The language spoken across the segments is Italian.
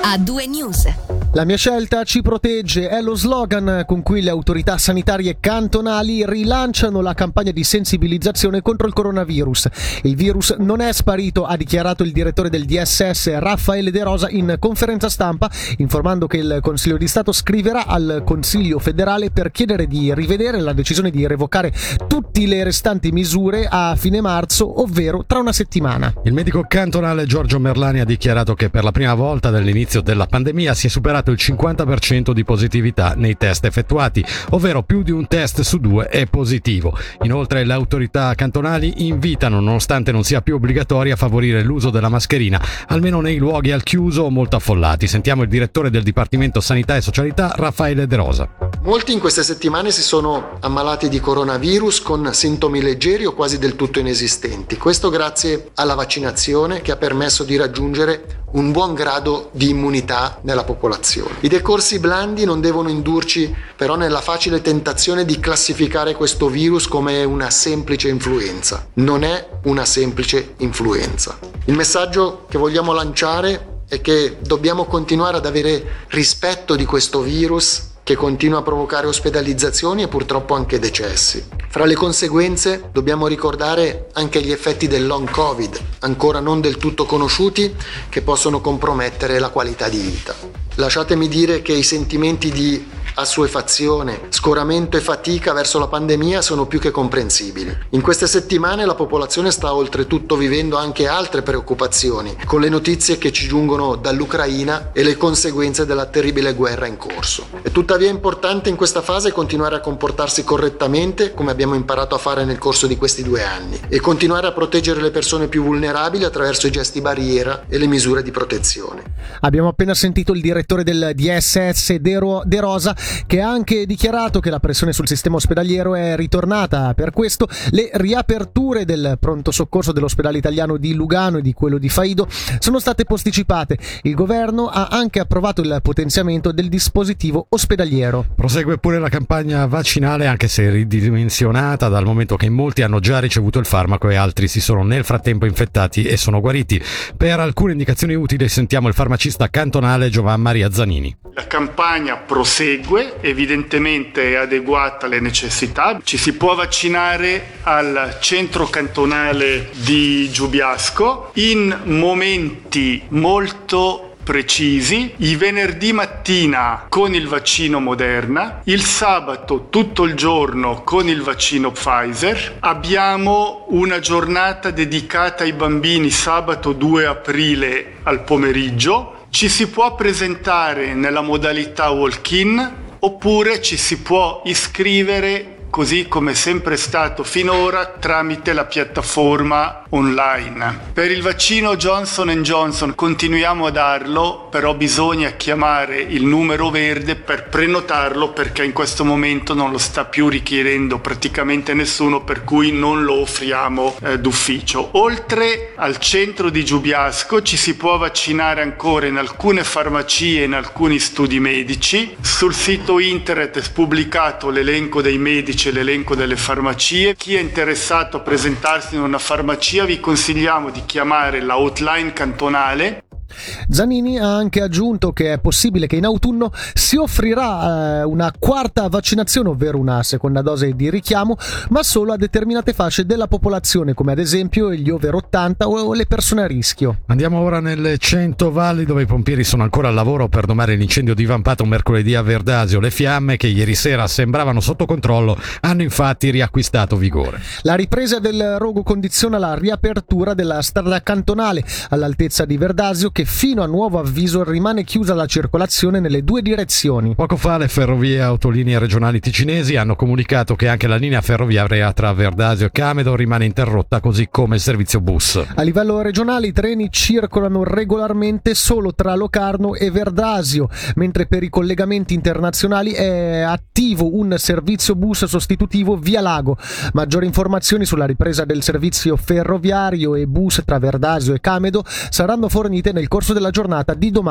A2 News. La mia scelta ci protegge è lo slogan con cui le autorità sanitarie cantonali rilanciano la campagna di sensibilizzazione contro il coronavirus. Il virus non è sparito, ha dichiarato il direttore del DSS Raffaele De Rosa in conferenza stampa, informando che il Consiglio di Stato scriverà al Consiglio federale per chiedere di rivedere la decisione di revocare tutte le restanti misure a fine marzo, ovvero tra una settimana. Il medico cantonale Giorgio Merlani ha dichiarato che per la prima volta dall'inizio della pandemia si è superato il 50% di positività nei test effettuati, ovvero più di un test su 2 è positivo. Inoltre le autorità cantonali invitano, nonostante non sia più obbligatoria, a favorire l'uso della mascherina, almeno nei luoghi al chiuso o molto affollati. Sentiamo il direttore del Dipartimento Sanità e Socialità, Raffaele De Rosa. Molti in queste settimane si sono ammalati di coronavirus con sintomi leggeri o quasi del tutto inesistenti. Questo grazie alla vaccinazione che ha permesso di raggiungere un buon grado di immunità nella popolazione. I decorsi blandi non devono indurci però nella facile tentazione di classificare questo virus come una semplice influenza. Non è una semplice influenza. Il messaggio che vogliamo lanciare è che dobbiamo continuare ad avere rispetto di questo virus che continua a provocare ospedalizzazioni e purtroppo anche decessi. Fra le conseguenze dobbiamo ricordare anche gli effetti del long Covid, ancora non del tutto conosciuti, che possono compromettere la qualità di vita. Lasciatemi dire che i sentimenti di assuefazione, scoramento e fatica verso la pandemia sono più che comprensibili. In queste settimane la popolazione sta oltretutto vivendo anche altre preoccupazioni, con le notizie che ci giungono dall'Ucraina e le conseguenze della terribile guerra in corso. È tuttavia importante in questa fase continuare a comportarsi correttamente, come abbiamo imparato a fare nel corso di questi 2 anni, e continuare a proteggere le persone più vulnerabili attraverso i gesti barriera e le misure di protezione. Abbiamo appena sentito il direttore del DSS De Rosa, che ha anche dichiarato che la pressione sul sistema ospedaliero è ritornata. Per questo le riaperture del pronto soccorso dell'ospedale italiano di Lugano e di quello di Faido sono state posticipate. Il governo ha anche approvato il potenziamento del dispositivo ospedaliero. Prosegue pure la campagna vaccinale, anche se ridimensionata, dal momento che molti hanno già ricevuto il farmaco e altri si sono nel frattempo infettati e sono guariti. Per alcune indicazioni utili sentiamo il farmacista cantonale Giovan Maria Zanini. La campagna prosegue, evidentemente è adeguata alle necessità. Ci si può vaccinare al centro cantonale di Giubiasco in momenti molto precisi, i venerdì mattina con il vaccino Moderna, il sabato tutto il giorno con il vaccino Pfizer. Abbiamo una giornata dedicata ai bambini sabato 2 aprile al pomeriggio. Ci si può presentare nella modalità walk-in oppure ci si può iscrivere, così come è sempre stato finora, tramite la piattaforma online. Per il vaccino Johnson & Johnson continuiamo a darlo, però bisogna chiamare il numero verde per prenotarlo, perché in questo momento non lo sta più richiedendo praticamente nessuno, per cui non lo offriamo d'ufficio. Oltre al centro di Giubiasco ci si può vaccinare ancora in alcune farmacie e in alcuni studi medici. Sul sito internet è pubblicato l'elenco dei medici e l'elenco delle farmacie. Chi è interessato a presentarsi in una farmacia vi consigliamo di chiamare la hotline cantonale. Zanini ha anche aggiunto che è possibile che in autunno si offrirà una quarta vaccinazione, ovvero una seconda dose di richiamo, ma solo a determinate fasce della popolazione, come ad esempio gli over 80 o le persone a rischio. Andiamo ora nelle 100 valli, dove i pompieri sono ancora al lavoro per domare l'incendio divampato mercoledì a Verdasio. Le fiamme, che ieri sera sembravano sotto controllo, hanno infatti riacquistato vigore. La ripresa del rogo condiziona la riapertura della strada cantonale all'altezza di Verdasio, che fino a nuovo avviso rimane chiusa la circolazione nelle 2 direzioni. Poco fa le ferrovie autolinee regionali ticinesi hanno comunicato che anche la linea ferroviaria tra Verdasio e Camedo rimane interrotta, così come il servizio bus. A livello regionale i treni circolano regolarmente solo tra Locarno e Verdasio, mentre per i collegamenti internazionali è attivo un servizio bus sostitutivo via Lago. Maggiori informazioni sulla ripresa del servizio ferroviario e bus tra Verdasio e Camedo saranno fornite nel corso della giornata di domani.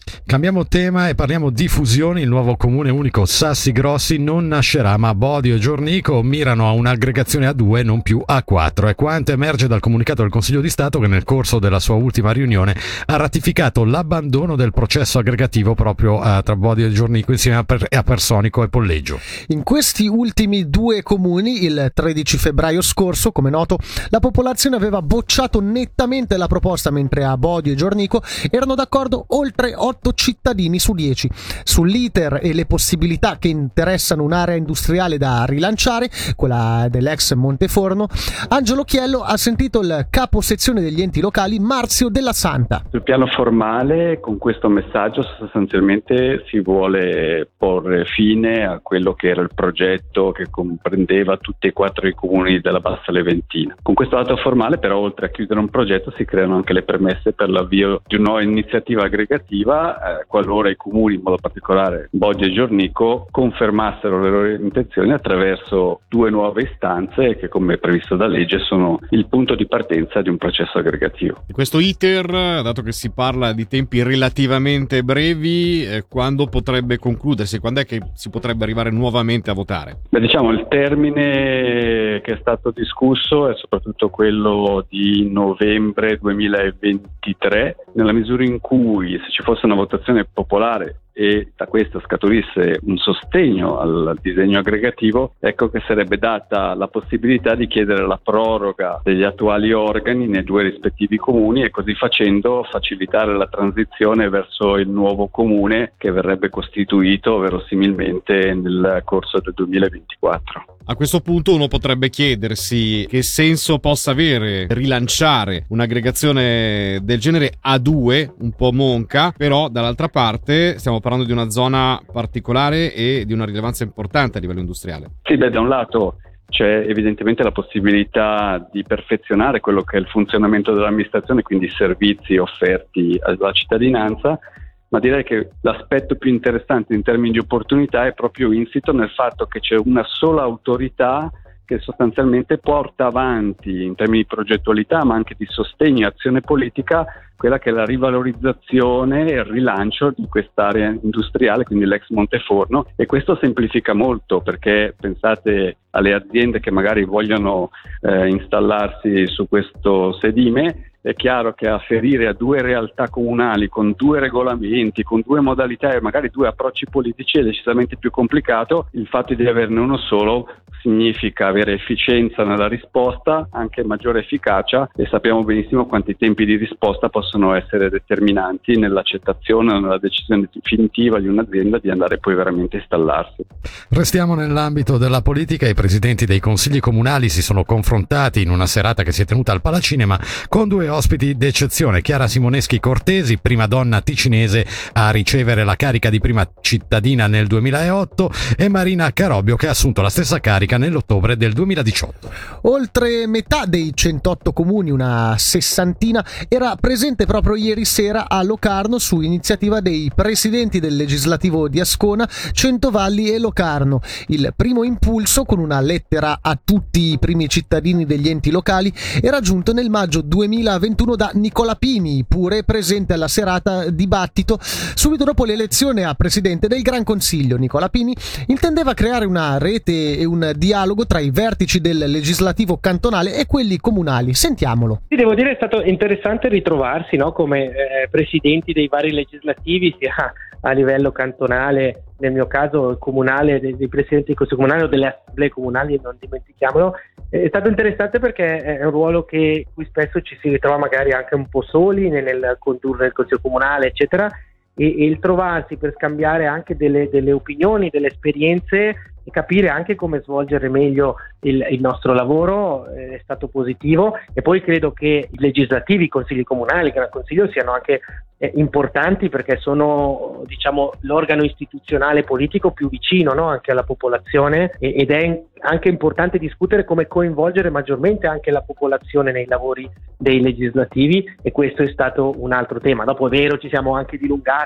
Cambiamo tema e parliamo di fusioni. Il nuovo comune unico Sassi Grossi non nascerà, ma Bodio e Giornico mirano a un'aggregazione a 2, non più a 4. È quanto emerge dal comunicato del Consiglio di Stato, che nel corso della sua ultima riunione ha ratificato l'abbandono del processo aggregativo proprio tra Bodio e Giornico insieme a Personico e Polleggio. In questi ultimi 2 comuni, il 13 febbraio scorso, come noto, la popolazione aveva bocciato nettamente la proposta, mentre a Bodio e Giornico erano d'accordo oltre 8 cittadini su 10. Sull'iter e le possibilità che interessano un'area industriale da rilanciare, quella dell'ex Monteforno, Angelo Chiello ha sentito il capo sezione degli enti locali Marzio Della Santa. Sul piano formale, con questo messaggio sostanzialmente si vuole porre fine a quello che era il progetto che comprendeva tutti e 4 i comuni della Bassa Leventina. Con questo atto formale, però, oltre a chiudere un progetto, si creano anche le premesse per l'avvio di una nuova iniziativa aggregativa, qualora i comuni, in modo particolare Bodio e Giornico, confermassero le loro intenzioni attraverso 2 nuove istanze che, come previsto da legge, sono il punto di partenza di un processo aggregativo. Questo iter, dato che si parla di tempi relativamente brevi, quando potrebbe concludersi? Quando è che si potrebbe arrivare nuovamente a votare? Diciamo il termine che è stato discusso è soprattutto quello di novembre 2023, nella misura in cui, se ci fosse una votazione popolare e da questo scaturisse un sostegno al disegno aggregativo, ecco che sarebbe data la possibilità di chiedere la proroga degli attuali organi nei 2 rispettivi comuni e così facendo facilitare la transizione verso il nuovo comune che verrebbe costituito verosimilmente nel corso del 2024. A questo punto uno potrebbe chiedersi che senso possa avere rilanciare un'aggregazione del genere a 2, un po' monca, però dall'altra parte stiamo parlando di una zona particolare e di una rilevanza importante a livello industriale. Sì, da un lato c'è evidentemente la possibilità di perfezionare quello che è il funzionamento dell'amministrazione, quindi i servizi offerti alla cittadinanza, ma direi che l'aspetto più interessante in termini di opportunità è proprio insito nel fatto che c'è una sola autorità che sostanzialmente porta avanti in termini di progettualità ma anche di sostegno e azione politica quella che è la rivalorizzazione e il rilancio di quest'area industriale, quindi l'ex Monteforno, e questo semplifica molto perché pensate alle aziende che magari vogliono installarsi su questo sedime. È chiaro che afferire a 2 realtà comunali con 2 regolamenti, con 2 modalità e magari 2 approcci politici è decisamente più complicato. Il fatto di averne uno solo significa avere efficienza nella risposta, anche maggiore efficacia, e sappiamo benissimo quanti tempi di risposta possono essere determinanti nell'accettazione o nella decisione definitiva di un'azienda di andare poi veramente a installarsi. Restiamo nell'ambito della politica. I presidenti dei consigli comunali si sono confrontati in una serata che si è tenuta al Palacinema con 2 ospiti d'eccezione: Chiara Simoneschi Cortesi, prima donna ticinese a ricevere la carica di prima cittadina nel 2008, e Marina Carobbio, che ha assunto la stessa carica nell'ottobre del 2018. Oltre metà dei 108 comuni, una sessantina, era presente proprio ieri sera a Locarno su iniziativa dei presidenti del legislativo di Ascona, Centovalli e Locarno. Il primo impulso, con una lettera a tutti i primi cittadini degli enti locali, era giunto nel maggio 2021 da Nicola Pini, pure presente alla serata dibattito. Subito dopo l'elezione a presidente del Gran Consiglio, Nicola Pini intendeva creare una rete e un dialogo tra i vertici del legislativo cantonale e quelli comunali. Sentiamolo. Sì, devo dire è stato interessante ritrovarsi, no, come presidenti dei vari legislativi, sia a livello cantonale, nel mio caso comunale, dei presidenti del Consiglio comunale o delle assemblee comunali, non dimentichiamolo. È stato interessante perché è un ruolo cui spesso ci si ritrova magari anche un po' soli nel condurre il Consiglio comunale, eccetera, e il trovarsi per scambiare anche delle opinioni, delle esperienze e capire anche come svolgere meglio il nostro lavoro è stato positivo. E poi credo che i legislativi, i consigli comunali, il Gran Consiglio siano anche importanti perché sono, diciamo, l'organo istituzionale politico più vicino, no, anche alla popolazione, ed è anche importante discutere come coinvolgere maggiormente anche la popolazione nei lavori dei legislativi, e questo è stato un altro tema. Dopo è vero, ci siamo anche dilungati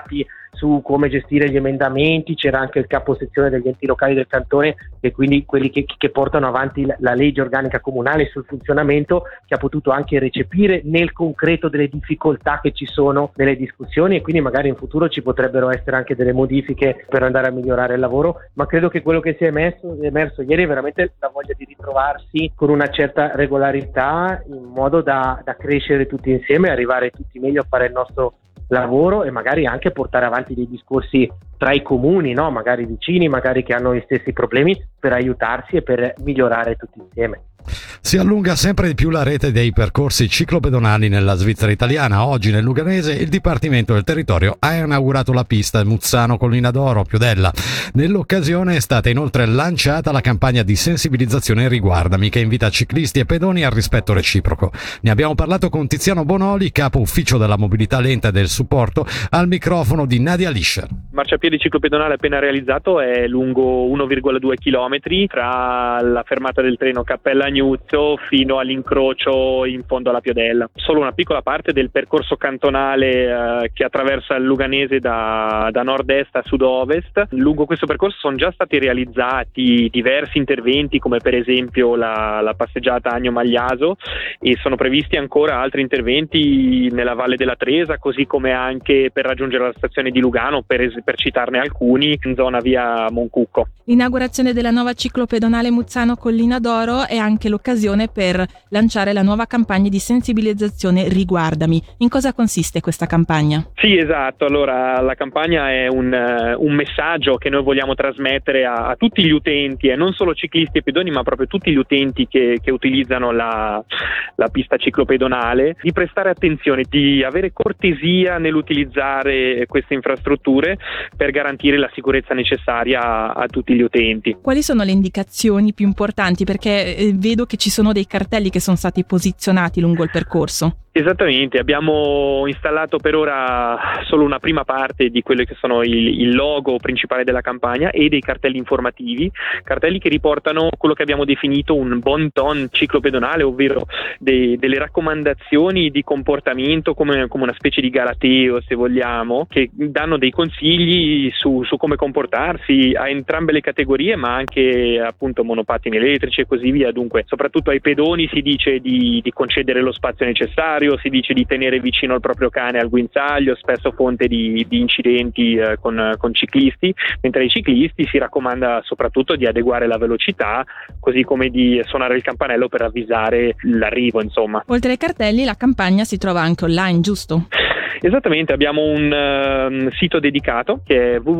su come gestire gli emendamenti, c'era anche il capo sezione degli enti locali del cantone e quindi quelli che portano avanti la legge organica comunale sul funzionamento, che ha potuto anche recepire nel concreto delle difficoltà che ci sono nelle discussioni, e quindi magari in futuro ci potrebbero essere anche delle modifiche per andare a migliorare il lavoro, ma credo che quello che sia emerso ieri è veramente la voglia di ritrovarsi con una certa regolarità, in modo da crescere tutti insieme e arrivare tutti meglio a fare il nostro lavoro e magari anche portare avanti dei discorsi tra i comuni, no? Magari vicini, magari che hanno gli stessi problemi, per aiutarsi e per migliorare tutti insieme. Si allunga sempre di più la rete dei percorsi ciclopedonali nella Svizzera italiana. Oggi nel Luganese il Dipartimento del Territorio ha inaugurato la pista Muzzano Collina d'Oro Piudella. Nell'occasione è stata inoltre lanciata la campagna di sensibilizzazione Riguardami, che invita ciclisti e pedoni al rispetto reciproco. Ne abbiamo parlato con Tiziano Bonoli, capo ufficio della mobilità lenta e del supporto, al microfono di Nadia Lischer. Il marciapiede ciclopedonale appena realizzato è lungo 1,2 km tra la fermata del treno Cappella Agnuzzo fino all'incrocio in fondo alla Piodella. Solo una piccola parte del percorso cantonale che attraversa il Luganese da nord-est a sud-ovest. Lungo questo percorso sono già stati realizzati diversi interventi, come per esempio la passeggiata Agno Magliaso, e sono previsti ancora altri interventi nella Valle della Tresa, così come anche per raggiungere la stazione di Lugano, per citarne alcuni, in zona via Moncucco. L'inaugurazione della nuova ciclopedonale Muzzano Collina d'Oro è anche l'occasione per lanciare la nuova campagna di sensibilizzazione Riguardami. In cosa consiste questa campagna? Sì, esatto. Allora, la campagna è un messaggio che noi vogliamo trasmettere a tutti gli utenti, e non solo ciclisti e pedoni, ma proprio tutti gli utenti che utilizzano la pista ciclopedonale, di prestare attenzione, di avere cortesia nell'utilizzare queste infrastrutture per garantire la sicurezza necessaria a tutti gli utenti. Quali sono le indicazioni più importanti? Perché vedo che ci sono dei cartelli che sono stati posizionati lungo il percorso. Esattamente, abbiamo installato per ora solo una prima parte di quello che sono il logo principale della campagna e dei cartelli informativi, cartelli che riportano quello che abbiamo definito un bon ton ciclopedonale, ovvero delle raccomandazioni di comportamento come una specie di galateo, se vogliamo, che danno dei consigli su come comportarsi a entrambe le categorie, ma anche appunto monopattini elettrici e così via. Dunque, soprattutto ai pedoni si dice di concedere lo spazio necessario, si dice di tenere vicino il proprio cane al guinzaglio, spesso fonte di incidenti con ciclisti, mentre ai ciclisti si raccomanda soprattutto di adeguare la velocità, così come di suonare il campanello per avvisare l'arrivo, insomma. Oltre ai cartelli, la campagna si trova anche online, giusto? Esattamente, abbiamo un sito dedicato che è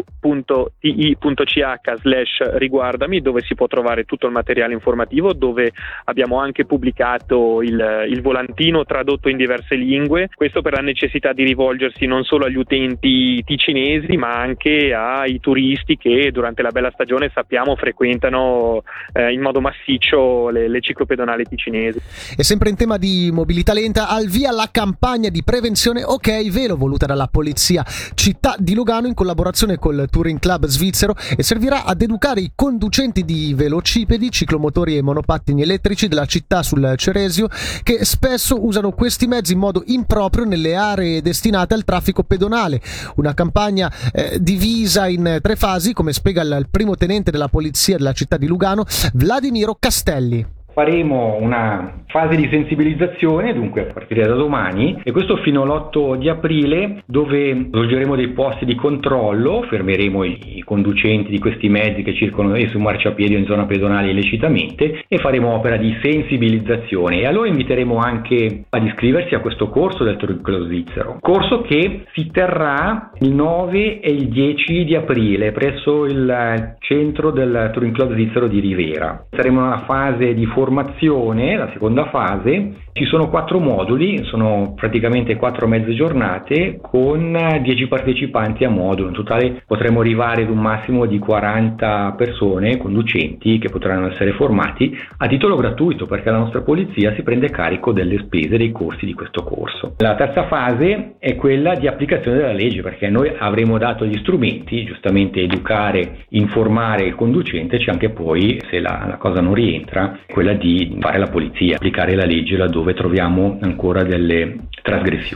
www.ti.ch/riguardami, dove si può trovare tutto il materiale informativo, dove abbiamo anche pubblicato il volantino tradotto in diverse lingue, questo per la necessità di rivolgersi non solo agli utenti ticinesi, ma anche ai turisti che durante la bella stagione sappiamo frequentano in modo massiccio le ciclopedonali ticinesi. E sempre in tema di mobilità lenta, al via la campagna di prevenzione Ok Velo, voluta dalla Polizia Città di Lugano in collaborazione col Touring Club svizzero, e servirà ad educare i conducenti di velocipedi, ciclomotori e monopattini elettrici della città sul Ceresio, che spesso usano questi mezzi in modo improprio nelle aree destinate al traffico pedonale. Una campagna divisa in 3 fasi, come spiega il primo tenente della Polizia della Città di Lugano, Vladimiro Castelli. Faremo una fase di sensibilizzazione, dunque a partire da domani, e questo fino all'8 di aprile, dove svolgeremo dei posti di controllo, fermeremo i conducenti di questi mezzi che circolano su marciapiedi o in zona pedonale illecitamente, e faremo opera di sensibilizzazione. E allora inviteremo anche ad iscriversi a questo corso del Touring Club svizzero, corso che si terrà il 9 e il 10 di aprile presso il centro del Touring Club svizzero di Rivera. Saremo in una fase di formazione, la seconda fase. Ci sono 4 moduli, sono praticamente 4 mezze giornate con 10 partecipanti a modulo. In totale potremo arrivare ad un massimo di 40 persone, conducenti, che potranno essere formati a titolo gratuito, perché la nostra polizia si prende carico delle spese dei costi di questo corso. La terza fase è quella di applicazione della legge, perché noi avremo dato gli strumenti, giustamente educare, informare il conducente, c'è anche poi, se la cosa non rientra, quella di fare la polizia, applicare la legge laddove troviamo ancora delle trasgressioni.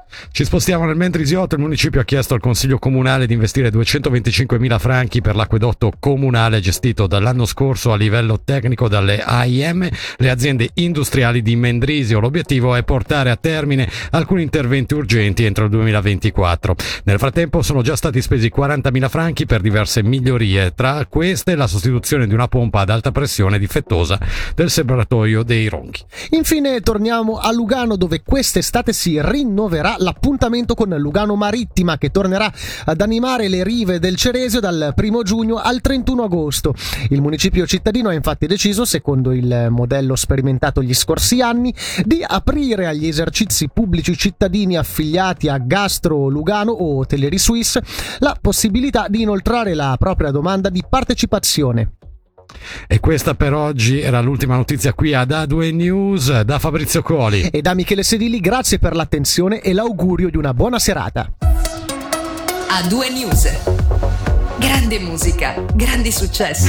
Ci spostiamo nel Mendrisiotto. Il municipio ha chiesto al Consiglio Comunale di investire 225.000 franchi per l'acquedotto comunale gestito dall'anno scorso a livello tecnico dalle AIM, le aziende industriali di Mendrisio. L'obiettivo è portare a termine alcuni interventi urgenti entro il 2024. Nel frattempo sono già stati spesi 40.000 franchi per diverse migliorie, tra queste la sostituzione di una pompa ad alta pressione difettosa del serbatoio dei Ronchi. Infine torniamo a Lugano, dove quest'estate si rinnoverà l'appuntamento con Lugano Marittima, che tornerà ad animare le rive del Ceresio dal 1 giugno al 31 agosto. Il municipio cittadino ha infatti deciso, secondo il modello sperimentato gli scorsi anni, di aprire agli esercizi pubblici cittadini affiliati a Gastro Lugano o Hotellerie Suisse la possibilità di inoltrare la propria domanda di partecipazione. E questa per oggi era l'ultima notizia qui ad A2 News. Da Fabrizio Coli e da Michele Sedili, grazie per l'attenzione e l'augurio di una buona serata. A2 News. Grande musica, grandi successi.